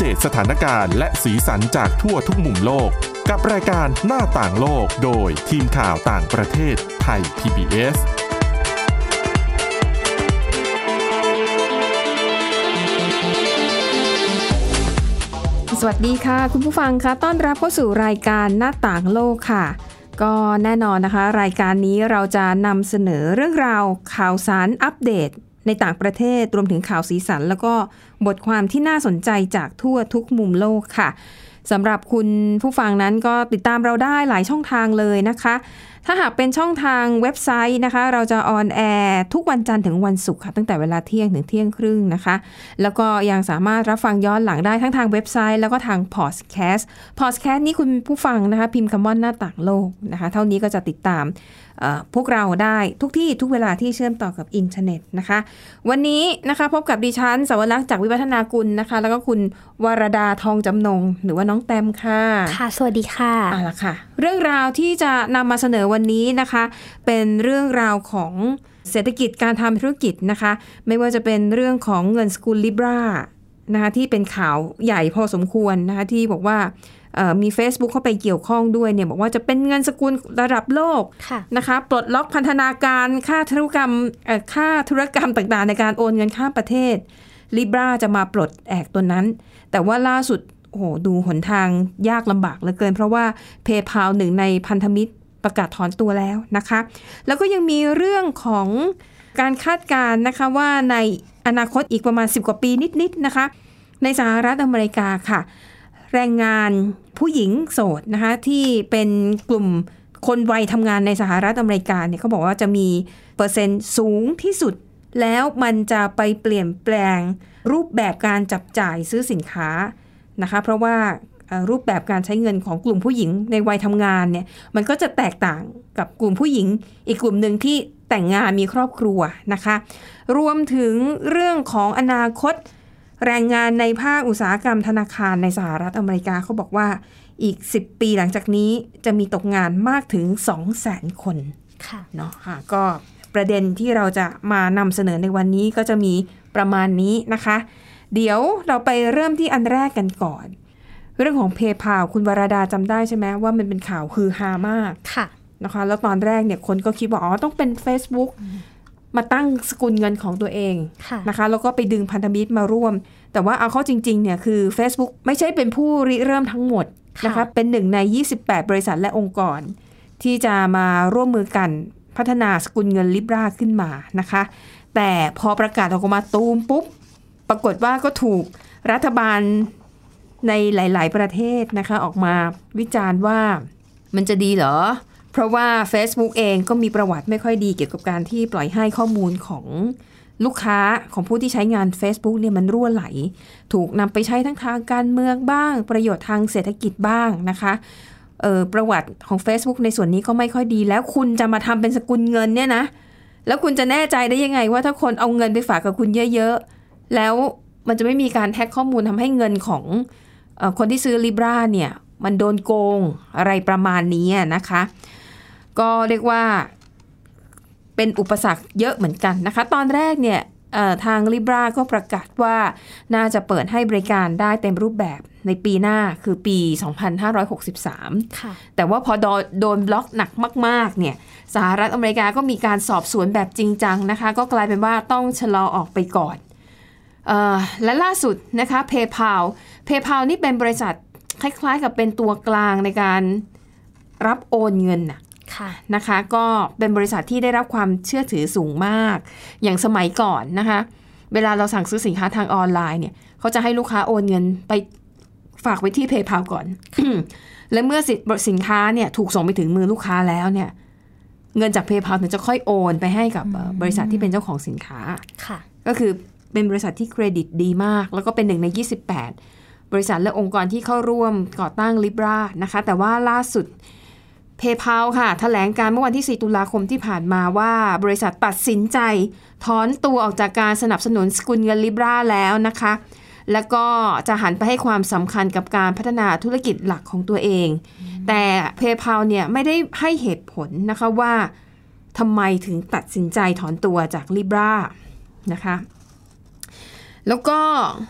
เดตสถานการณ์และสีสันจากทั่วทุกมุมโลกกับรายการหน้าต่างโลกโดยทีมข่าวต่างประเทศไทย PBS สวัสดีค่ะคุณผู้ฟังคะต้อนรับเข้าสู่รายการหน้าต่างโลกค่ะก็แน่นอนนะคะรายการนี้เราจะนำเสนอเรื่องราวข่าวสารอัปเดตในต่างประเทศรวมถึงข่าวสีสันแล้วก็บทความที่น่าสนใจจากทั่วทุกมุมโลกค่ะสำหรับคุณผู้ฟังนั้นก็ติดตามเราได้หลายช่องทางเลยนะคะถ้าหากเป็นช่องทางเว็บไซต์นะคะเราจะออนแอร์ทุกวันจันทร์ถึงวันศุกร์ค่ะตั้งแต่เวลาเที่ยงถึงเที่ยงครึ่งนะคะแล้วก็ยังสามารถรับฟังย้อนหลังได้ทั้งทางเว็บไซต์แล้วก็ทางพอดแคสต์นี้คุณผู้ฟังนะคะพิมพ์คำว่าหน้าต่างโลกนะคะเท่านี้ก็จะติดตามพวกเราได้ทุกที่ทุกเวลาที่เชื่อมต่อกับอินเทอร์เน็ตนะคะวันนี้นะคะพบกับดิฉันสวรักษ์จากวิวัฒนากุลนะคะแล้วก็คุณวรดาทองจำนงหรือว่าน้องแต้มค่ะค่ะสวัสดีค่ะล่ะค่ะเรื่องราวที่จะนำมาเสนอวันนี้นะคะเป็นเรื่องราวของเศรษฐกิจการทำธุรกิจนะคะไม่ว่าจะเป็นเรื่องของเงินสกุล Libra นะคะที่เป็นข่าวใหญ่พอสมควรนะคะที่บอกว่ามี Facebook เข้าไปเกี่ยวข้องด้วยเนี่ยบอกว่าจะเป็นเงินสกุลระดับโลกนะคะปลดล็อกพันธนาการค่าธุรกรรมต่างๆในการโอนเงินข้ามประเทศ Libra จะมาปลดแอกตัวนั้นแต่ว่าล่าสุดโอ้โหดูหนทางยากลำบากเหลือเกินเพราะว่า PayPal หนึ่งในพันธมิตรประกาศถอนตัวแล้วนะคะแล้วก็ยังมีเรื่องของการคาดการณ์นะคะว่าในอนาคตอีกประมาณ10กว่าปีนิดๆนะคะในสหรัฐอเมริกาค่ะแรงงานผู้หญิงโสดนะคะที่เป็นกลุ่มคนวัยทำงานในสหรัฐอเมริกาเนี่ยเขาบอกว่าจะมีเปอร์เซ็นต์สูงที่สุดแล้วมันจะไปเปลี่ยนแปลงรูปแบบการจับจ่ายซื้อสินค้านะคะเพราะว่ารูปแบบการใช้เงินของกลุ่มผู้หญิงในวัยทำงานเนี่ยมันก็จะแตกต่างกับกลุ่มผู้หญิงอีกกลุ่มหนึ่งที่แต่งงานมีครอบครัวนะคะรวมถึงเรื่องของอนาคตแรงงานในภาคอุตสาหกรรมธนาคารในสหรัฐอเมริกาเขาบอกว่าอีก10ปีหลังจากนี้จะมีตกงานมากถึง 200,000 คนเนาะค่ะก็ประเด็นที่เราจะมานำเสนอในวันนี้ก็จะมีประมาณนี้นะคะเดี๋ยวเราไปเริ่มที่อันแรกกันก่อนเรื่องของ PayPal คุณวรดาจำได้ใช่ไหมว่ามันเป็นข่าวฮือฮามากนะคะแล้วตอนแรกเนี่ยคนก็คิดว่าต้องเป็น Facebook มาตั้งสกุลเงินของตัวเองนะคะแล้วก็ไปดึงพันธมิตรมาร่วมแต่ว่าเอาเข้าจริงๆเนี่ยคือ Facebook ไม่ใช่เป็นผู้ริเริ่มทั้งหมดนะคะเป็นหนึ่งใน28บริษัทและองค์กรที่จะมาร่วมมือกันพัฒนาสกุลเงิน Libra ขึ้นมานะคะแต่พอประกาศออกมาตูมปุ๊บปรากฏว่าก็ถูกรัฐบาลในหลายๆประเทศนะคะออกมาวิจารณ์ว่ามันจะดีเหรอเพราะว่า Facebook เองก็มีประวัติไม่ค่อยดีเกี่ยวกับการที่ปล่อยให้ข้อมูลของลูกค้าของผู้ที่ใช้งาน Facebook เนี่ยมันรั่วไหลถูกนำไปใช้ทั้งทางการเมืองบ้างประโยชน์ทางเศรษฐกิจบ้างนะคะประวัติของ Facebook ในส่วนนี้ก็ไม่ค่อยดีแล้วคุณจะมาทำเป็นสกุลเงินเนี่ยนะแล้วคุณจะแน่ใจได้ยังไงว่าถ้าคนเอาเงินไปฝากกับคุณเยอะๆแล้วมันจะไม่มีการแฮ็กข้อมูลทำให้เงินของคนที่ซื้อ Libra เนี่ยมันโดนโกงอะไรประมาณนี้นะคะก็เรียกว่าเป็นอุปสรรคเยอะเหมือนกันนะคะตอนแรกเนี่ยทาง Libra ก็ประกาศว่าน่าจะเปิดให้บริการได้เต็มรูปแบบในปีหน้าคือปี 2563 แต่ว่าพอโดนบล็อกหนักมากๆเนี่ยสหรัฐอเมริกาก็มีการสอบสวนแบบจริงจังนะคะก็กลายเป็นว่าต้องชะลอออกไปก่อนและล่าสุดนะคะ PayPal นี่เป็นบริษัทคล้ายๆกับเป็นตัวกลางในการรับโอนเงินนะคะก็เป็นบริษัทที่ได้รับความเชื่อถือสูงมากอย่างสมัยก่อนนะคะเวลาเราสั่งซื้อสินค้าทางออนไลน์เนี่ยเขาจะให้ลูกค้าโอนเงินไปฝากไว้ที่ PayPal ก่อน และเมื่อสินค้าเนี่ยถูกส่งไปถึงมือลูกค้าแล้วเนี่ยเงินจาก PayPal ถึงจะค่อยโอนไปให้กับบริษัทที่เป็นเจ้าของสินค้าก็คือเป็นบริษัทที่เครดิตดีมากแล้วก็เป็นหนึ่งใน28บริษัทและองค์กรที่เข้าร่วมก่อตั้ง Libra นะคะแต่ว่าล่าสุด PayPal ค่ะแถลงการเมื่อวันที่4ตุลาคมที่ผ่านมาว่าบริษัทตัดสินใจถอนตัวออกจากการสนับสนุนสกุลเงิน Libra แล้วนะคะแล้วก็จะหันไปให้ความสำคัญกับการพัฒนาธุรกิจหลักของตัวเองแต่ PayPal เนี่ยไม่ได้ให้เหตุผลนะคะว่าทำไมถึงตัดสินใจถอนตัวจาก Libra นะคะแล้วก็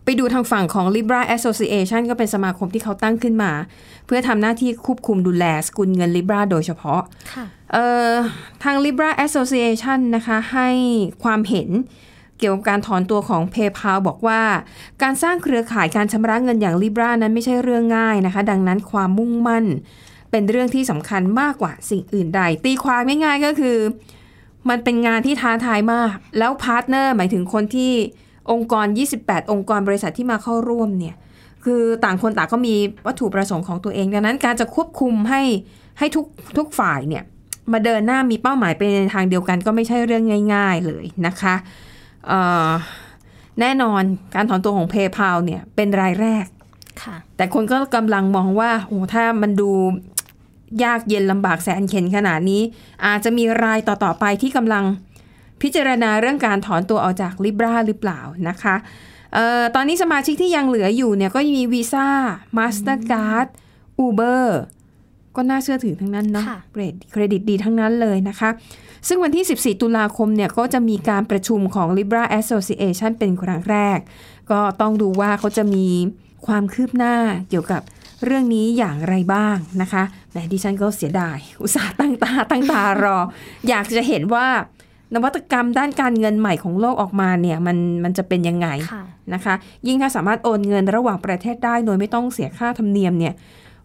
ไปดูทางฝั่งของ Libra Association ก็เป็นสมาคมที่เขาตั้งขึ้นมาเพื่อทำหน้าที่ควบคุมดูแลสกุลเงิน Libra โดยเฉพาะทาง Libra Association นะคะให้ความเห็นเกี่ยวกับการถอนตัวของ PayPal บอกว่าการสร้างเครือข่ายการชำระเงินอย่าง Libra นั้นไม่ใช่เรื่องง่ายนะคะดังนั้นความมุ่งมั่นเป็นเรื่องที่สำคัญมากกว่าสิ่งอื่นใดตีความง่ายๆก็คือมันเป็นงานที่ท้าทายมากแล้วพาร์ทเนอร์หมายถึงคนที่องค์กร28องค์กรบริษัทที่มาเข้าร่วมเนี่ยคือต่างคนต่างก็มีวัตถุประสงค์ของตัวเองดังนั้นการจะควบคุมให้ทุกฝ่ายเนี่ยมาเดินหน้ามีเป้าหมายไปในทางเดียวกันก็ไม่ใช่เรื่องง่ายๆเลยนะคะแน่นอนการถอนตัวของ PayPal เนี่ยเป็นรายแรกแต่คนก็กำลังมองว่าโอ้ถ้ามันดูยากเย็นลำบากแสนเข็ญขนาดนี้อาจจะมีรายต่อๆไปที่กำลังพิจารณาเรื่องการถอนตัวออกจาก Libra หรือเปล่านะคะตอนนี้สมาชิกที่ยังเหลืออยู่เนี่ยก็มี Visa Mastercard Uber ก็น่าเชื่อถือทั้งนั้นนะเครดิตดีทั้งนั้นเลยนะคะซึ่งวันที่14ตุลาคมเนี่ยก็จะมีการประชุมของ Libra Association เป็นครั้งแรกก็ต้องดูว่าเขาจะมีความคืบหน้าเกี่ยวกับเรื่องนี้อย่างไรบ้างนะคะแต่ดิฉันก็เสียดายอุตส่าห์ตั้งตารอ อยากจะเห็นว่านวัตกรรมด้านการเงินใหม่ของโลกออกมาเนี่ยมันจะเป็นยังไงนะคะยิ่งถ้าสามารถโอนเงินระหว่างประเทศได้โดยไม่ต้องเสียค่าธรรมเนียมเนี่ย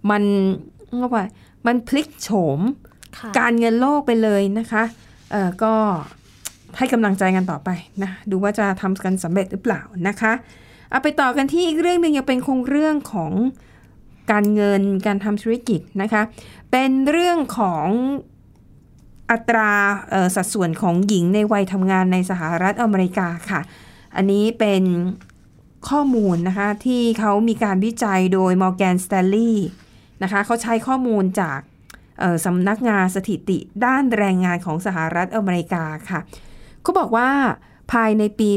มันพลิกโฉมการเงินโลกไปเลยนะคะก็ให้กำลังใจกันต่อไปนะดูว่าจะทำกันสำเร็จหรือเปล่านะคะเอาไปต่อกันที่อีกเรื่องนึงยังเป็นคงเรื่องของการเงินการทำธุรกิจนะคะเป็นเรื่องของอัตราสัดส่วนของหญิงในวัยทำงานในสหรัฐอเมริกาค่ะอันนี้เป็นข้อมูลนะคะที่เขามีการวิจัยโดย Morgan Stanley นะคะเขาใช้ข้อมูลจากสำนักงานสถิติด้านแรงงานของสหรัฐอเมริกาค่ะเขาบอกว่าภายในปี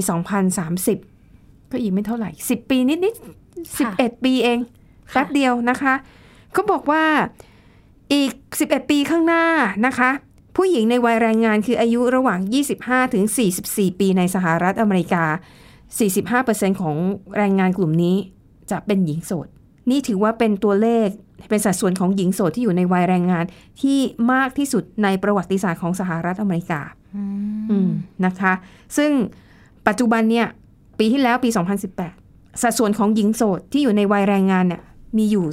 2030ก็อีกไม่เท่าไหร่10ปีนิดๆ11ปีเองแป๊บเดียวนะคะเขาบอกว่าอีก11ปีข้างหน้านะคะผู้หญิงในวัยแรงงานคืออายุระหว่าง25ถึง44ปีในสหรัฐอเมริกา 45% ของแรงงานกลุ่มนี้จะเป็นหญิงโสดนี่ถือว่าเป็นตัวเลขเป็นสัดส่วนของหญิงโสดที่อยู่ในวัยแรงงานที่มากที่สุดในประวัติศาสตร์ของสหรัฐอเมริกานะคะซึ่งปัจจุบันเนี่ยปีที่แล้วปี2018สัดส่วนของหญิงโสดที่อยู่ในวัยแรงงานเนี่ยมีอยู่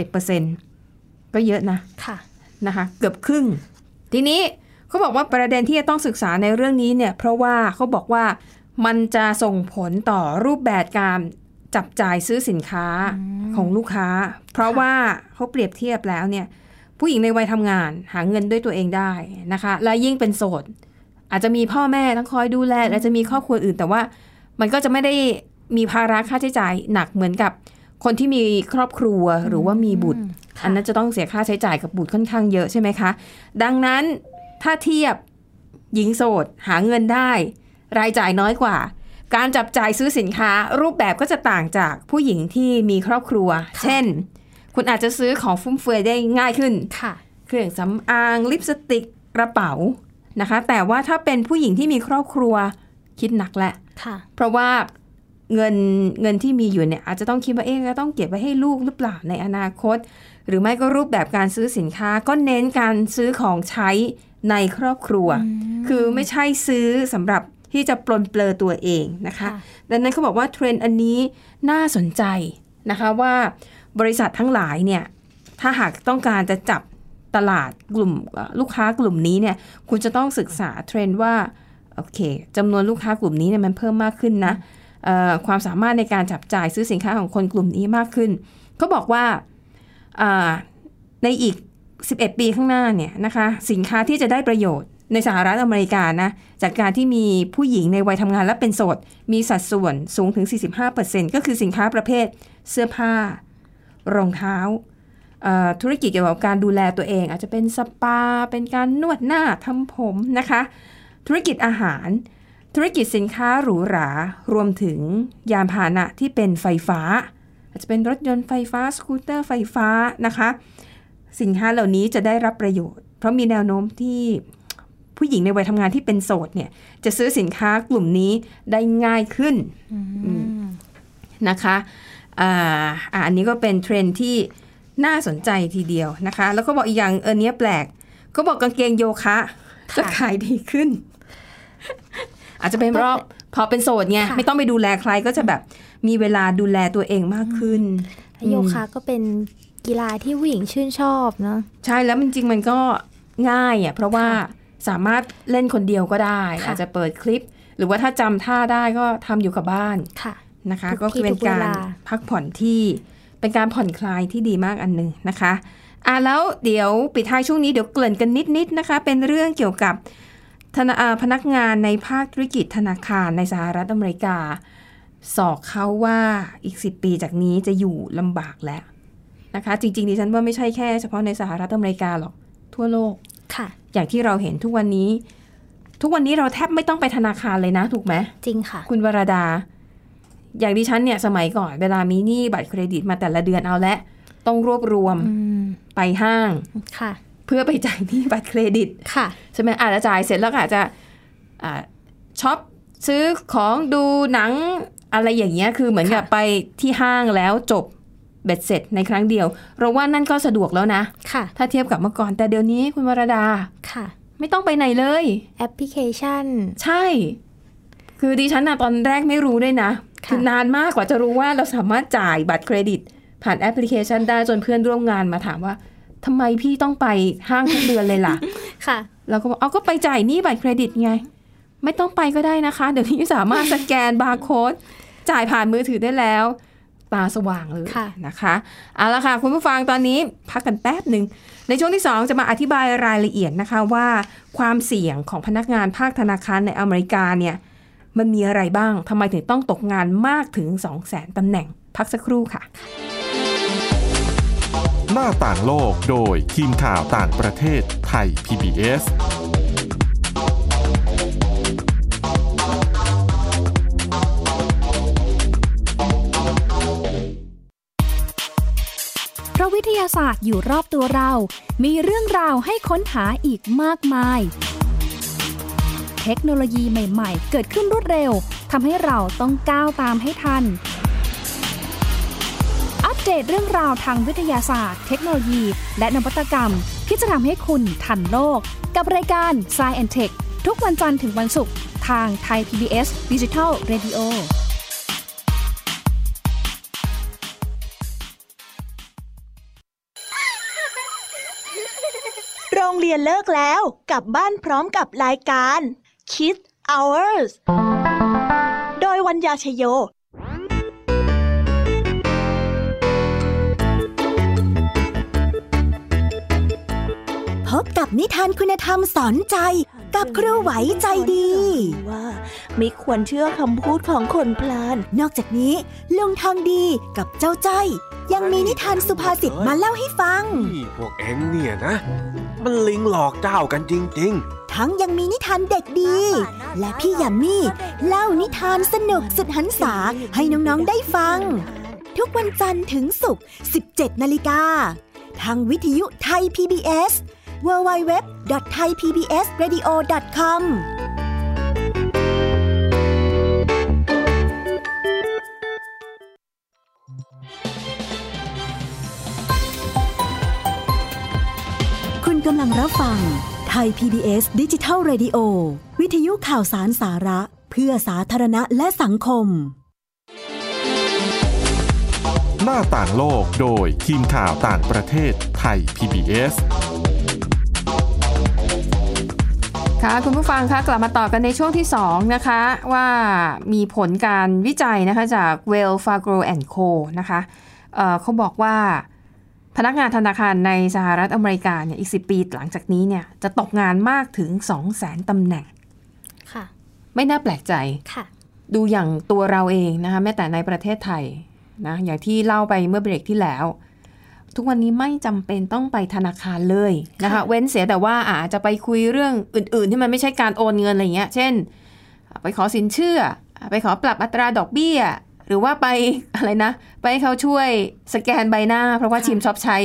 41% ก็เยอะนะนะคะเกือบครึ่งทีนี้เขาบอกว่าประเด็นที่จะต้องศึกษาในเรื่องนี้เนี่ยเพราะว่าเขาบอกว่ามันจะส่งผลต่อรูปแบบการจับจ่ายซื้อสินค้าของลูกค้าเพราะว่าเขาเปรียบเทียบแล้วเนี่ยผู้หญิงในวัยทำงานหาเงินด้วยตัวเองได้นะคะและยิ่งเป็นโสดอาจจะมีพ่อแม่ต้องคอยดูแลอาจจะมีครอบครัวอื่นแต่ว่ามันก็จะไม่ได้มีภาระค่าใช้จ่ายหนักเหมือนกับคนที่มีครอบครัวหรือว่ามีบุตรอันนั้นจะต้องเสียค่าใช้จ่ายกับบุตรค่อนข้างเยอะใช่ไหมคะดังนั้นถ้าเทียบหญิงโสดหาเงินได้รายจ่ายน้อยกว่าการจับจ่ายซื้อสินค้ารูปแบบก็จะต่างจากผู้หญิงที่มีครอบครัวเช่นคุณอาจจะซื้อของฟุ่มเฟือยได้ง่ายขึ้นเครื่องสำอางลิปสติกกระเป๋านะคะแต่ว่าถ้าเป็นผู้หญิงที่มีครอบครัวคิดหนักแหละเพราะว่าเงินที่มีอยู่เนี่ยอาจจะต้องคิดว่าจะต้องเก็บไว้ให้ลูกหรือเปล่าในอนาคตหรือไม่ก็รูปแบบการซื้อสินค้าก็เน้นการซื้อของใช้ในครอบครัวคือไม่ใช่ซื้อสำหรับที่จะปลนเปลือตัวเองนะคะดังนั้นเขาบอกว่าเทรนด์อันนี้น่าสนใจนะคะว่าบริษัททั้งหลายเนี่ยถ้าหากต้องการจะจับตลาดกลุ่มลูกค้ากลุ่มนี้เนี่ยคุณจะต้องศึกษาเทรนด์ว่าโอเคจำนวนลูกค้ากลุ่มนี้เนี่ยมันเพิ่มมากขึ้นนะความสามารถในการจับจ่ายซื้อสินค้าของคนกลุ่มนี้มากขึ้นเขาบอกว่าในอีก11ปีข้างหน้าเนี่ยนะคะสินค้าที่จะได้ประโยชน์ในสหรัฐอเมริกานะจากการที่มีผู้หญิงในวัยทำงานและเป็นโสดมีสัดส่วนสูงถึง 45% ก็คือสินค้าประเภทเสื้อผ้ารองเท้าธุรกิจเกี่ยวกับการดูแลตัวเองอาจจะเป็นสปาเป็นการนวดหน้าทำผมนะคะธุรกิจอาหารธุรกิจสินค้าหรูหรารวมถึงยานพาหนะที่เป็นไฟฟ้าอาจจะเป็นรถยนต์ไฟฟ้าสกูตเตอร์ไฟฟ้านะคะสินค้าเหล่านี้จะได้รับประโยชน์เพราะมีแนวโน้มที่ผู้หญิงในวัยทำงานที่เป็นโสดเนี่ยจะซื้อสินค้ากลุ่มนี้ได้ง่ายขึ้นนะคะอันนี้ก็เป็นเทรนด์ที่น่าสนใจทีเดียวนะคะแล้วก็บอกอีกอย่างเนี้ยแปลกก็บอกกางเกงโยคะจะขายดีขึ้น อาจจะเป็นเพราะพอเป็นโสดไงไม่ต้องไปดูแลใครก็จะแบบมีเวลาดูแลตัวเองมากขึ้นโยคะก็เป็นกีฬาที่ผู้หญิงชื่นชอบเนาะใช่แล้วจริงๆมันก็ง่ายเพราะว่าสามารถเล่นคนเดียวก็ได้อาจจะเปิดคลิปหรือว่าถ้าจำท่าได้ก็ทำอยู่กับบ้านนะคะก็เป็นการพักผ่อนที่เป็นการผ่อนคลายที่ดีมากอันนึงนะคะแล้วเดี๋ยวปิดท้ายช่วงนี้เดี๋ยวเกริ่นกันนิดๆนะคะเป็นเรื่องเกี่ยวกับพนักงานในภาคธุรกิจธนาคารในสหรัฐอเมริกาสอกเขาว่าอีก10 ปีจากนี้จะอยู่ลำบากแล้วนะคะจริงๆดิฉันว่าไม่ใช่แค่เฉพาะในสหรัฐอเมริกาหรอกทั่วโลกค่ะอย่างที่เราเห็นทุกวันนี้เราแทบไม่ต้องไปธนาคารเลยนะถูกไหมจริงค่ะคุณวราดาอย่างดิฉันเนี่ยสมัยก่อนเวลามีหนี้บัตรเครดิตมาแต่ละเดือนเอาละต้องรวบรวมไปห้างค่ะเพื่อไปจ่ายหนี้บัตรเครดิตค่ะใช่ไหมอาจจะจ่ายเสร็จแล้วอาจจะช็อปซื้อของดูหนังอะไรอย่างเงี้ยคือเหมือนกับไปที่ห้างแล้วจบเบ็ดเสร็จในครั้งเดียวเราว่านั่นก็สะดวกแล้วนะถ้าเทียบกับเมื่อก่อนแต่เดี๋ยวนี้คุณวราดาค่ะไม่ต้องไปไหนเลยแอปพลิเคชันใช่คือดิฉันตอนแรกไม่รู้ด้วยนะคือนานมากกว่าจะรู้ว่าเราสามารถจ่ายบัตรเครดิตผ่านแอปพลิเคชันได้จนเพื่อนร่วมงานมาถามว่าทำไมพี่ต้องไปห้างทุกเดือนเลยล่ะค่ะเราก็บอกก็ไปจ่ายหนี้บัตรเครดิตไงไม่ต้องไปก็ได้นะคะเดี๋ยวนี้สามารถสแกนบาร์โค้ดจ่ายผ่านมือถือได้แล้วตาสว่างเลยนะคะเอาละค่ะคุณผู้ฟังตอนนี้พักกันแป๊บหนึ่งในช่วงที่2จะมาอธิบายรายละเอียดนะคะว่าความเสี่ยงของพนักงานภาคธนาคารในอเมริกาเนี่ยมันมีอะไรบ้างทำไมถึงต้องตกงานมากถึง 200,000 ตำแหน่งพักสักครู่ค่ะหน้าต่างโลกโดยทีมข่าวต่างประเทศไทย PBS เพราะวิทยาศาสตร์อยู่รอบตัวเรามีเรื่องราวให้ค้นหาอีกมากมายเทคโนโลยีใหม่ๆเกิดขึ้นรวดเร็วทำให้เราต้องก้าวตามให้ทันอัปเดตเรื่องราวทางวิทยาศาสตร์เทคโนโลยีและนวัตกรรมที่จะทำให้คุณทันโลกกับรายการ Science and Tech ทุกวันจันทร์ถึงวันศุกร์ทางไทย PBS Digital Radio โรงเรียนเลิกแล้วกลับบ้านพร้อมกับรายการ Kids Hours โดยวัญญาชโยพบกับนิทานคุณธรรมสอนใจกับครูไหวใจดีว่าไม่ควรเชื่อคำพูดของคนพลานนอกจากนี้ลุงทองดีกับเจ้าจ้อยยังมีนิทานสุภาษิตมาเล่าให้ฟังพวกเอ็งเนี่ยนะมันลิงหลอกเจ้ากันจริงๆทั้งยังมีนิทานเด็กดีและพี่ยามีเล่านิทานสนุกสุดหรรษาให้น้องๆได้ฟังทุกวันจันทร์ถึงศุกร์ 17:00 น.ทางวิทยุไทย PBS www.thaipbsradio.comคุณกำลังรับฟังไทย PBS Digital Radio วิทยุข่าวสารสาระเพื่อสาธารณะและสังคมหน้าต่างโลกโดยทีมข่าวต่างประเทศไทย PBS ค่ะคุณผู้ฟังคะกลับมาต่อกันในช่วงที่2นะคะว่ามีผลการวิจัยนะคะจาก Wells Fargo & Co นะคะเขาบอกว่าพนักงานธนาคารในสหรัฐอเมริกาเนี่ยอีก10 ปีหลังจากนี้เนี่ยจะตกงานมากถึง 200,000 ตำแหน่งค่ะไม่น่าแปลกใจค่ะดูอย่างตัวเราเองนะคะแม้แต่ในประเทศไทยนะอย่างที่เล่าไปเมื่อเบรกที่แล้วทุกวันนี้ไม่จำเป็นต้องไปธนาคารเลยนะคะเว้นเสียแต่ว่าอาจจะไปคุยเรื่องอื่นๆที่มันไม่ใช่การโอนเงินอะไรเงี้ยเช่นไปขอสินเชื่อไปขอปรับอัตราดอกเบี้ยหรือว่าไปอะไรนะไปให้เขาช่วยสแกนใบหน้าเพราะว่าชิมชอบใช้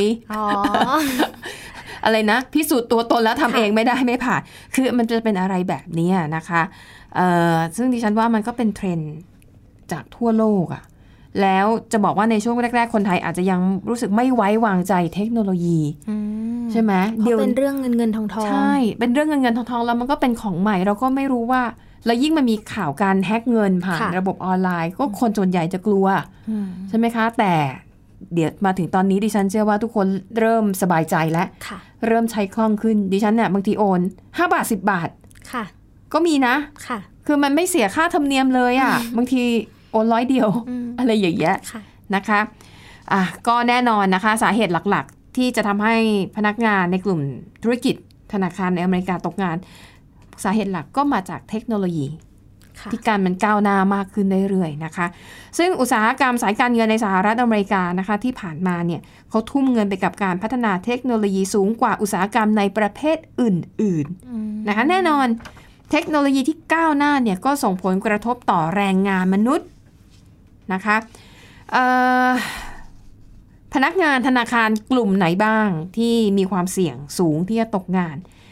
อะไรนะพิสูจน์ตัวตนแล้วทำเองไม่ได้ไม่ผ่านคือมันจะเป็นอะไรแบบนี้นะคะซึ่งดิฉันว่ามันก็เป็นเทรนด์จากทั่วโลกอะแล้วจะบอกว่าในช่วงแรกๆคนไทยอาจจะยังรู้สึกไม่ไว้วางใจเทคโนโลยีใช่ไหมเพราะเป็นเรื่องเงินทองใช่เป็นเรื่องเงินทองแล้วมันก็เป็นของใหม่เราก็ไม่รู้ว่าแล้วยิ่งมันมีข่าวการแฮ็กเงินผ่านระบบออนไลน์ก็คนส่วนใหญ่จะกลัวใช่ไหมคะแต่เดี๋ยวมาถึงตอนนี้ดิฉันเชื่อว่าทุกคนเริ่มสบายใจแล้วเริ่มใช้คล่องขึ้นดิฉันเนี่ยบางทีโอน5 บาท 10 บาทก็มีนะคือมันไม่เสียค่าธรรมเนียมเลยอ่ะบางทีโอน100 เดียวอะไรอย่างเงี้ยนะคะก็แน่นอนนะคะสาเหตุหลักๆที่จะทำให้พนักงานในกลุ่มธุรกิจธนาคารในอเมริกาตกงานสาเหตุหลักก็มาจากเทคโนโลยีที่การมันก้าวหน้ามากขึ้นเรื่อยๆนะคะซึ่งอุตสาหกรรมสายการเงินในสหรัฐอเมริกานะคะที่ผ่านมาเนี่ยเขาทุ่มเงินไปกับการพัฒนาเทคโนโลยีสูงกว่าอุตสาหกรรมในประเภทอื่นๆนะคะแน่นอนเทคโนโลยีที่ก้าวหน้าเนี่ยก็ส่งผลกระทบต่อแรงงานมนุษย์นะคะพนักงานธนาคารกลุ่มไหนบ้างที่มีความเสี่ยงสูงที่จะตกงาน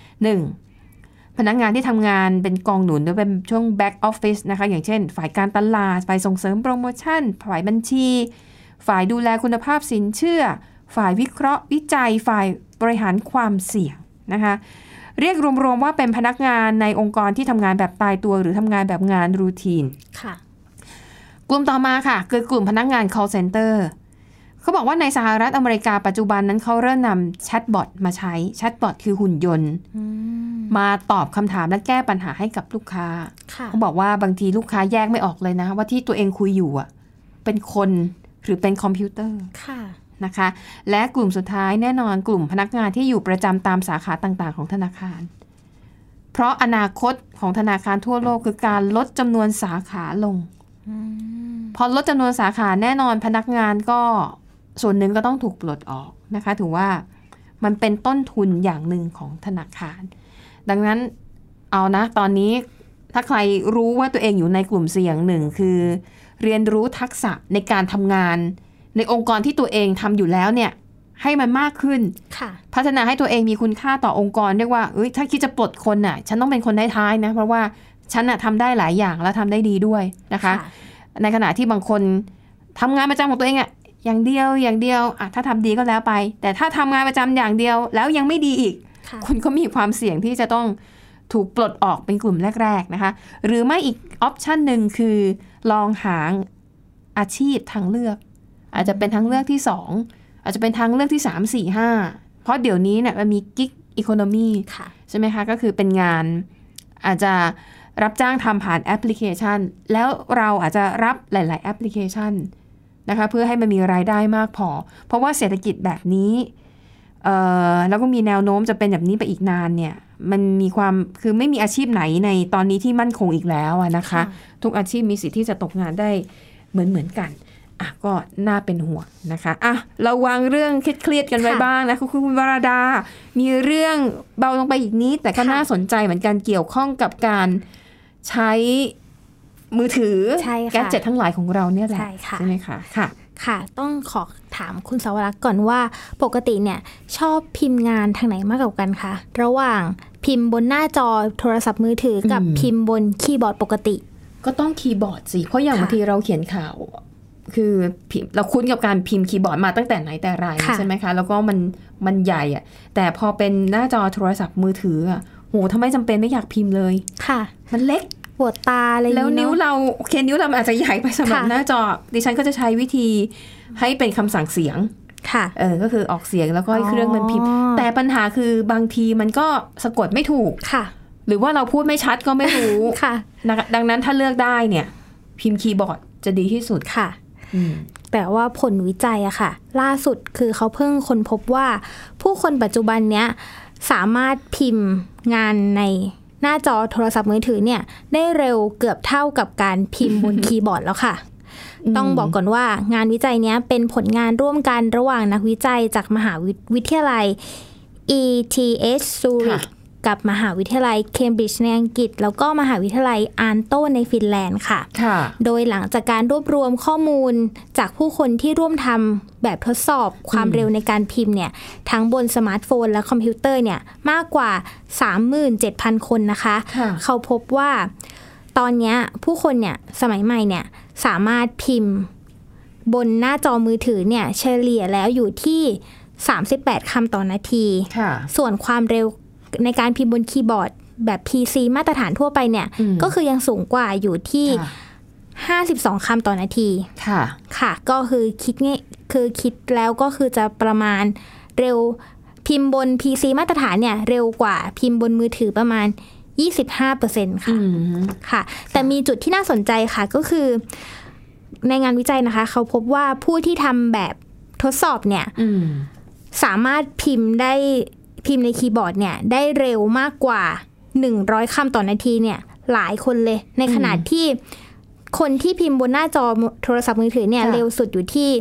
1. พนักงานที่ทำงานเป็นกองหนุนหรือเป็นช่วง back office นะคะอย่างเช่นฝ่ายการตลาดฝ่ายส่งเสริมโปรโมชั่นฝ่ายบัญชีฝ่ายดูแลคุณภาพสินเชื่อฝ่ายวิเคราะห์วิจัยฝ่ายบริหารความเสี่ยงนะคะเรียกรวมๆว่าเป็นพนักงานในองค์กรที่ทำงานแบบตายตัวหรือทำงานแบบงานรูทีนค่ะกลุ่มต่อมาค่ะคือกลุ่มพนักงาน call center เขาบอกว่าในสหรัฐอเมริกาปัจจุบันนั้นเขาเริ่มนำแชทบอทมาใช้แชทบอทคือหุ่นยนต์มาตอบคำถามและแก้ปัญหาให้กับลูกค้าเขาบอกว่าบางทีลูกค้าแยกไม่ออกเลยนะว่าที่ตัวเองคุยอยู่อ่ะเป็นคนหรือเป็นคอมพิวเตอร์นะคะและกลุ่มสุดท้ายแน่นอนกลุ่มพนักงานที่อยู่ประจำตามสาขาต่างๆของธนาคารเพราะอนาคตของธนาคารทั่วโลกคือการลดจำนวนสาขาลงพอลดจำนวนสาขาแน่นอนพนักงานก็ส่วนหนึ่งก็ต้องถูกปลดออกนะคะถือว่ามันเป็นต้นทุนอย่างหนึ่งของธนาคารดังนั้นเอานะตอนนี้ถ้าใครรู้ว่าตัวเองอยู่ในกลุ่มเสี่ยงหนึ่งคือเรียนรู้ทักษะในการทำงานในองค์กรที่ตัวเองทำอยู่แล้วเนี่ยให้มันมากขึ้นพัฒนาให้ตัวเองมีคุณค่าต่อองค์กรเรียกว่าถ้าคิดจะปลดคนน่ะฉันต้องเป็นคนท้ายๆนะเพราะว่าฉันน่ะทำได้หลายอย่างแล้วทำได้ดีด้วยนะคะในขณะที่บางคนทำงานประจำของตัวเองอย่างเดียวถ้าทำดีก็แล้วไปแต่ถ้าทำงานประจำอย่างเดียวแล้วยังไม่ดีอีกคุณก็มีความเสี่ยงที่จะต้องถูกปลดออกเป็นกลุ่มแรกๆนะคะหรือไม่อีกออปชันหนึ่งคือลองหาอาชีพทางเลือกอาจจะเป็นทางเลือกที่2อาจจะเป็นทางเลือกที่3 4 5เพราะเดี๋ยวนี้เนี่ยมันมีกิ๊กอีโคโนมีใช่ไหมคะก็คือเป็นงานอาจจะรับจ้างทำผ่านแอปพลิเคชันแล้วเราอาจจะรับหลายๆแอปพลิเคชันนะคะเพื่อให้มันมีรายได้มากพอเพราะว่าเศรษฐกิจแบบนี้แล้วก็มีแนวโน้มจะเป็นแบบนี้ไปอีกนานเนี่ยมันมีความคือไม่มีอาชีพไหนในตอนนี้ที่มั่นคงอีกแล้วนะคะทุกอาชีพมีสิทธิ์ที่จะตกงานได้เหมือนกันก็น่าเป็นห่วงนะคะเราวางเรื่องเครียดกันไว้บ้างนะคุณวราดามีเรื่องเบาลงไปอีกนิดแต่ก็น่าสนใจเหมือนกันเกี่ยวข้องกับการใช้มือถือแกดเจ็ตทั้งหลายของเราเนี่ยแหละใช่ไหมคะค่ะต้องขอถามคุณสาวรักษ์ก่อนว่าปกติเนี่ยชอบพิมพ์งานทางไหนมากกว่ากันคะระหว่างพิมพ์บนหน้าจอโทรศัพท์มือถือกับพิมพ์บนคีย์บอร์ดปกติก็ต้องคีย์บอร์ดสิเพราะอย่างบางทีเราเขียนข่าวคือเราคุ้นกับการพิมพ์คีย์บอร์ดมาตั้งแต่ไหนแต่ไรใช่ไหมคะแล้วก็มันใหญ่อะแต่พอเป็นหน้าจอโทรศัพท์มือถือโหทำไมจำเป็นไม่อยากพิมพ์เลยค่ะมันเล็กปวดตาอะไรแล้วนิ้วเรานิ้วเราอาจจะใหญ่ไปสำหรับหน้าจอดิฉันก็จะใช้วิธีให้เป็นคำสั่งเสียงค่ะก็คือออกเสียงแล้วก็ให้เครื่องมันพิมพ์แต่ปัญหาคือบางทีมันก็สะกดไม่ถูกค่ะหรือว่าเราพูดไม่ชัดก็ไม่รู้ค่ะดังนั้นถ้าเลือกได้เนี่ยพิมพ์คีย์บอร์ดจะดีที่สุดค่ะแต่ว่าผลวิจัยอะค่ะล่าสุดคือเขาเพิ่งค้นพบว่าผู้คนปัจจุบันเนี้ยสามารถพิมพ์งานในหน้าจอโทรศัพท์มือถือเนี่ยได้เร็วเกือบเท่ากับการพิมพ์บนคีย์บอร์ดแล้วค่ะต้องบอกก่อนว่างานวิจัยนี้เป็นผลงานร่วมกันระหว่างนักวิจัยจากมหาวิทยาลัย ETH Zurich กับมหาวิทยาลัยเคมบริดจ์ในอังกฤษแล้วก็มหาวิทยาลัยอาร์โตในฟินแลนด์ค่ะโดยหลังจากการรวบรวมข้อมูลจากผู้คนที่ร่วมทำแบบทดสอบความเร็วในการพิมพ์เนี่ยทั้งบนสมาร์ทโฟนและคอมพิวเตอร์เนี่ยมากกว่า 37,000 คนนะคะเขาพบว่าตอนนี้ผู้คนเนี่ยสมัยใหม่เนี่ยสามารถพิมพ์บนหน้าจอมือถือเนี่ยเฉลี่ยแล้วอยู่ที่38คำต่อนาทีส่วนความเร็วในการพิมพ์บนคีย์บอร์ดแบบ PC มาตรฐานทั่วไปเนี่ยก็คือยังสูงกว่าอยู่ที่52คำต่อนาทีค่ะก็คือคิดแล้วก็คือจะประมาณเร็วพิมพ์บน PC มาตรฐานเนี่ยเร็วกว่าพิมพ์บนมือถือประมาณ 25% ค่ะแต่มีจุดที่น่าสนใจค่ะก็คือในงานวิจัยนะคะเขาพบว่าผู้ที่ทำแบบทดสอบเนี่ยสามารถพิมพ์ในคีย์บอร์ดเนี่ยได้เร็วมากกว่า100คำต่อนาทีเนี่ยหลายคนเลยในขณะที่คนที่พิมพ์บนหน้าจอโทรศัพท์มือถือเนี่ยเร็วสุดอยู่ที่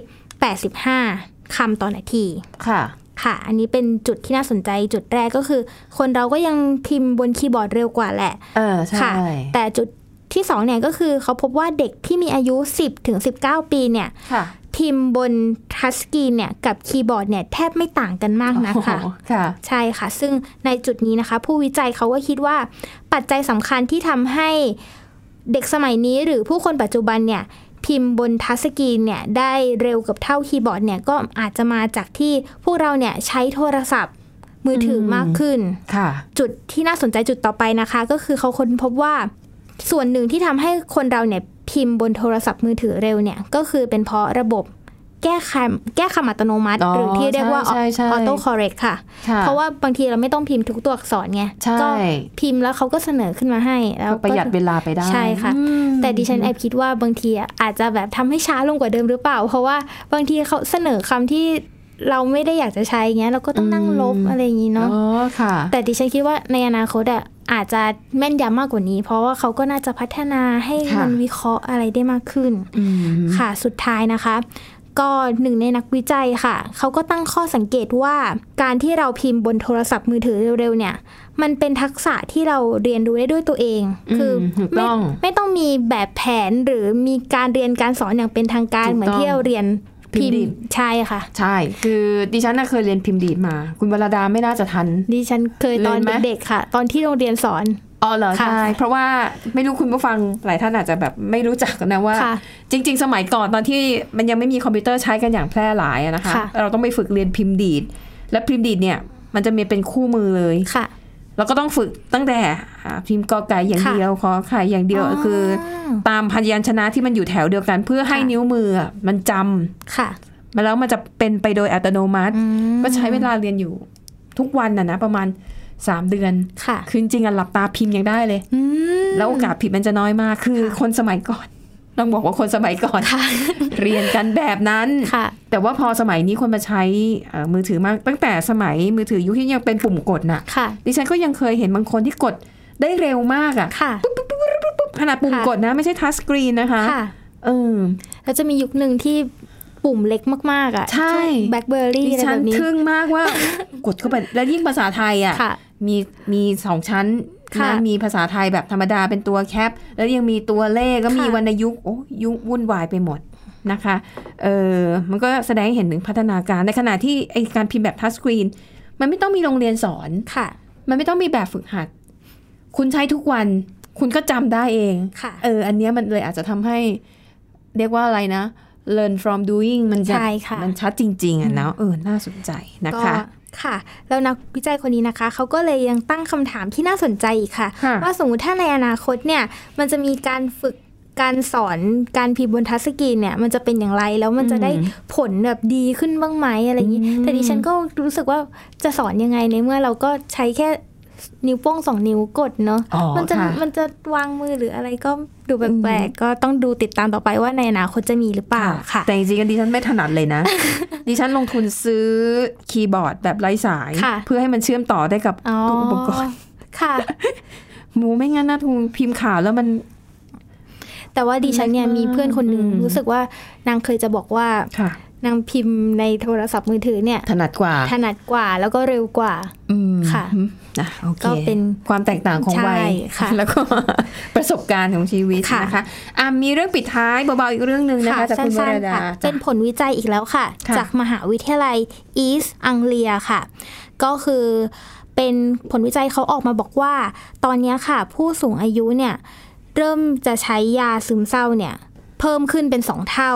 85คำต่อนาทีค่ะอันนี้เป็นจุดที่น่าสนใจจุดแรกก็คือคนเราก็ยังพิมพ์บนคีย์บอร์ดเร็วกว่าแหละค่ะแต่จุดที่2เนี่ยก็คือเขาพบว่าเด็กที่มีอายุ10ถึง19ปีเนี่ยพิมพ์บนทัชสกรีนเนี่ยกับคีย์บอร์ดเนี่ยแทบไม่ต่างกันมากนะคะใช่ค่ะซึ่งในจุดนี้นะคะผู้วิจัยเขาก็คิดว่าปัจจัยสำคัญที่ทำให้เด็กสมัยนี้หรือผู้คนปัจจุบันเนี่ยพิมพ์บนทัชสกรีนเนี่ยได้เร็วกับเท่าคีย์บอร์ดเนี่ยก็อาจจะมาจากที่พวกเราเนี่ยใช้โทรศัพท์มือถือมากขึ้นจุดที่น่าสนใจจุดต่อไปนะคะก็คือเขาค้นพบว่าส่วนหนึ่งที่ทำให้คนเราเนี่ยพิมพ์บนโทรศัพท์มือถือเร็วเนี่ยก็คือเป็นเพราะระบบแก้คำอัตโนมัติหรือที่เรียกว่า auto correct ค่ะเพราะว่าบางทีเราไม่ต้องพิมพ์ทุกตัวอักษรไงก็พิมพ์แล้วเขาก็เสนอขึ้นมาให้แล้วประหยัดเวลาไปได้ใช่ค่ะแต่ดิฉันแอบคิดว่าบางทีอาจจะแบบทำให้ช้าลงกว่าเดิมหรือเปล่าเพราะว่าบางทีเขาเสนอคำที่เราไม่ได้อยากจะใช้เงี้ยเราก็ต้องนั่งลบอะไรอย่างนี้เนาะแต่ดิฉันคิดว่าในอนาคตอาจจะแม่นยำมากกว่านี้เพราะว่าเขาก็น่าจะพัฒนาให้มันวิเคราะห์อะไรได้มากขึ้นค่ะสุดท้ายนะคะก็หนึ่งในนักวิจัยค่ะเขาก็ตั้งข้อสังเกตว่าการที่เราพิมพ์บนโทรศัพท์มือถือเร็วๆเนี่ยมันเป็นทักษะที่เราเรียนรู้ได้ด้วยตัวเองคือไม่ต้องมีแบบแผนหรือมีการเรียนการสอนอย่างเป็นทางการเหมือนที่เราเรียนพิมพ์ใช่ค่ะใช่คือดิฉันเคยเรียนพิมพ์ดีดมาคุณวรดาไม่น่าจะทันดิฉันเคยตอนเด็กๆค่ะตอนที่โรงเรียนสอนเหรอใช่เพราะว่าไม่รู้คุณผู้ฟังหลายท่านอาจจะแบบไม่รู้จักนะว่าจริงๆสมัยก่อนตอนที่มันยังไม่มีคอมพิวเตอร์ใช้กันอย่างแพร่หลายนะคะเราต้องไปฝึกเรียนพิมพ์ดีดและพิมพ์ดีดเนี่ยมันจะมีเป็นคู่มือเลยเราก็ต้องฝึกตั้งแต่พิมพ์กอไก่อย่างเดียวขอไข่อย่างเดียวคือตามพยัญชนะที่มันอยู่แถวเดียวกันเพื่อให้นิ้วมือมันจำมาแล้วมันจะเป็นไปโดยอัตโนมัติก็ใช้เวลาเรียนอยู่ทุกวันนะประมาณ3 เดือนคือจริงๆหลับตาพิมพ์ยังได้เลยแล้วโอกาสผิดมันจะน้อยมากคือคนสมัยก่อนต้องบอกว่าคนสมัยก่อนเรียนกันแบบนั้นแต่ว่าพอสมัยนี้คนมาใช้มือถือมากตั้งแต่สมัยมือถือยุคที่ยังเป็นปุ่มกดน่ะดิฉันก็ยังเคยเห็นบางคนที่กดได้เร็วมากอ่ะขนาดปุ่มกดนะไม่ใช่ทัชสกรีนนะคะแล้วจะมียุคนึงที่ปุ่มเล็กมากๆอ่ะใช่แบล็คเบอร์รี่อะไรแบบนี้ทึ่งมากว่ากดเข้าไปแล้วยิ่งภาษาไทยอ่ะมี2 ชั้นนะมีภาษาไทยแบบธรรมดาเป็นตัวแคปแล้วยังมีตัวเลขก็มีวรรณยุกต์ยุควุ่นวายไปหมดนะคะมันก็แสดงให้เห็นถึงพัฒนาการในขณะที่ไอการพิมพ์แบบทัชสกรีนมันไม่ต้องมีโรงเรียนสอนมันไม่ต้องมีแบบฝึกหัดคุณใช้ทุกวันคุณก็จำได้เองอันนี้มันเลยอาจจะทำให้เรียกว่าอะไรนะlearn from doing มันชัดจริงๆนะน่าสนใจนะคะค่ะแล้วนักวิจัยคนนี้นะคะเขาก็เลยยังตั้งคำถามที่น่าสนใจอีกค่ะว่าสมมติถ้าในอนาคตเนี่ยมันจะมีการฝึกการสอนการพิมพ์บนทัชสกรีนเนี่ยมันจะเป็นอย่างไรแล้วมันจะได้ผลแบบดีขึ้นบ้างไหมอะไรอย่างนี้แต่ดิฉันก็รู้สึกว่าจะสอนยังไงในเมื่อเราก็ใช้แค่นิ้วโป้ง2 นิ้วกดเนาะมันจะวางมือหรืออะไรก็ดูแปลกๆก็ต้องดูติดตามต่อไปว่าในอนาคตจะมีหรือเปล่าค่ะแต่จริงๆดิฉันไม่ถนัดเลยนะ ดิฉันลงทุนซื้อคีย์บอร์ดแบบไร้สายเพื่อให้มันเชื่อมต่อได้กับตัวอุปกรณ์ค่ะหมูไม่งั้นนะทุนพิมพ์ข่าวแล้วมันแต่ว่าดิฉันเนี่ยมีเพื่อนคนนึงรู้สึกว่านางเคยจะบอกว่านางพิมพ์ในโทรศัพท์มือถือเนี่ยถนัดกว่าแล้วก็เร็วกว่าค่ะก็เป็นความแตกต่างของวัยแล้วก็ประสบการณ์ของชีวิตนะคะมีเรื่องปิดท้ายเบาๆอีกเรื่องนึงนะคะจากคุณวรดาเป็นผลวิจัยอีกแล้วค่ะจากมหาวิทยาลัยอีสต์อังเลียค่ะก็คือเป็นผลวิจัยเขาออกมาบอกว่าตอนนี้ค่ะผู้สูงอายุเนี่ยเริ่มจะใช้ยาซึมเศร้าเนี่ยเพิ่มขึ้นเป็น2 เท่า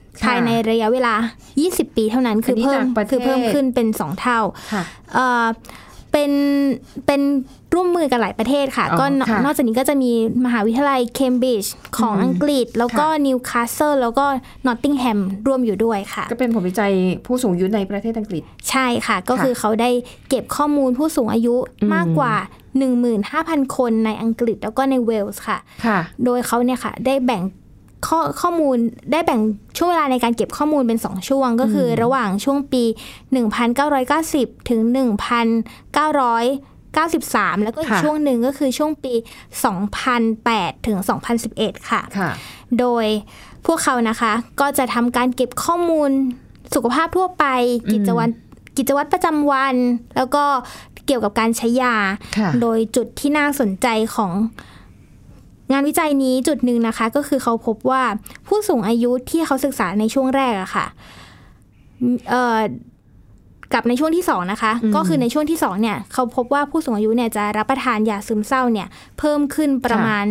ภายในระยะเวลา20ปีเท่านั้นคือเพิ่มขึ้นเป็น2เท่าเป็นร่วมมือกันหลายประเทศค่ะก็นอกจากนี้ก็จะมีมหาวิทยาลัยเคมบริดจ์ของอังกฤษแล้วก็นิวคาสเซิลแล้วก็นอตติงแฮมร่วมอยู่ด้วยค่ะก็เป็นผลวิจัยผู้สูงอายุในประเทศอังกฤษใช่ค่ะก็คือเขาได้เก็บข้อมูลผู้สูงอายุมากกว่า 15,000 คนในอังกฤษแล้วก็ในเวลส์ค่ะโดยเขาเนี่ยค่ะได้แบ่งข้อมูลได้แบ่งช่วงเวลาในการเก็บข้อมูลเป็น2ช่วงก็คือระหว่างช่วงปี1990ถึง1993แล้วก็อีกช่วงหนึ่งก็คือช่วงปี2008ถึง2011ค่ะโดยพวกเขานะคะก็จะทำการเก็บข้อมูลสุขภาพทั่วไปกิจวัตรประจำวันแล้วก็เกี่ยวกับการใช้ยาโดยจุดที่น่าสนใจของงานวิจัยนี้จุดหนึ่งนะคะก็คือเขาพบว่าผู้สูงอายุที่เขาศึกษาในช่วงแรกอะค่ะกับในช่วงที่2นะคะก็คือในช่วงที่2เนี่ยเขาพบว่าผู้สูงอายุเนี่ยจะรับประทานยาซึมเศร้าเนี่ยเพิ่มขึ้นประมาณ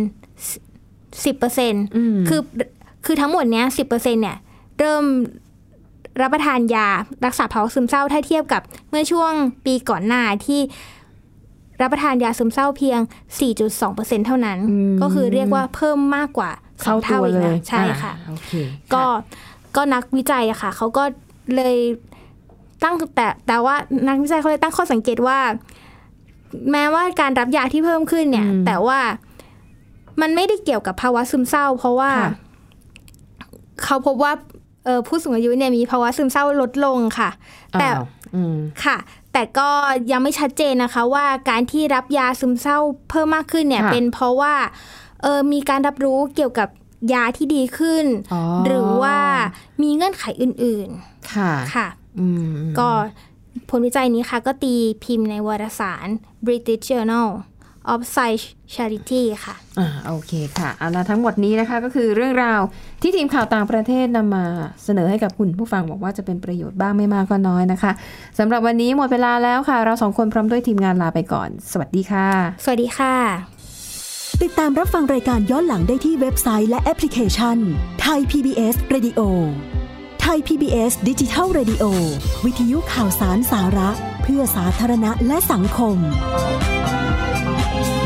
10% คือทั้งหมดเนี้ย 10% เนี่ยเริ่มรับประทานยารักษาภาวะซึมเศร้าถ้าเทียบกับเมื่อช่วงปีก่อนหน้าที่รับประทานยาซึมเศร้าเพียง 4.2% เท่านั้นก็คือเรียกว่าเพิ่มมากกว่า2เท่าอีกนะใช่ค่ะก็นักวิจัยอะค่ะเขาก็เลยตั้งแต่ว่านักวิจัยเขาเลยตั้งข้อสังเกตว่าแม้ว่าการรับยาที่เพิ่มขึ้นเนี่ยแต่ว่ามันไม่ได้เกี่ยวกับภาวะซึมเศร้าเพราะว่าเขาพบว่าผู้สูงอายุเนี่ยมีภาวะซึมเศร้าลดลงค่ะแต่ค่ะแต่ก็ยังไม่ชัดเจนนะคะว่าการที่รับยาซึมเศร้าเพิ่มมากขึ้นเนี่ยเป็นเพราะว่ามีการรับรู้เกี่ยวกับยาที่ดีขึ้นหรือว่ามีเงื่อนไขอื่นๆค่ะก็ผลวิจัยนี้ค่ะก็ตีพิมพ์ในวารสาร British Journal of Psychiatry ค่ะโอเคค่ะเอาละทั้งหมดนี้นะคะก็คือเรื่องราวที่ทีมข่าวต่างประเทศนำมาเสนอให้กับคุณผู้ฟังบอกว่าจะเป็นประโยชน์บ้างไม่มากก็น้อยนะคะสำหรับวันนี้หมดเวลาแล้วค่ะเรา2คนพร้อมด้วยทีมงานลาไปก่อนสวัสดีค่ะสวัสดีค่ะติดตามรับฟังรายการย้อนหลังได้ที่เว็บไซต์และแอปพลิเคชัน Thai PBS Radio Thai PBS Digital Radio วิทยุข่าวสารสาระเพื่อสาธารณะและสังคม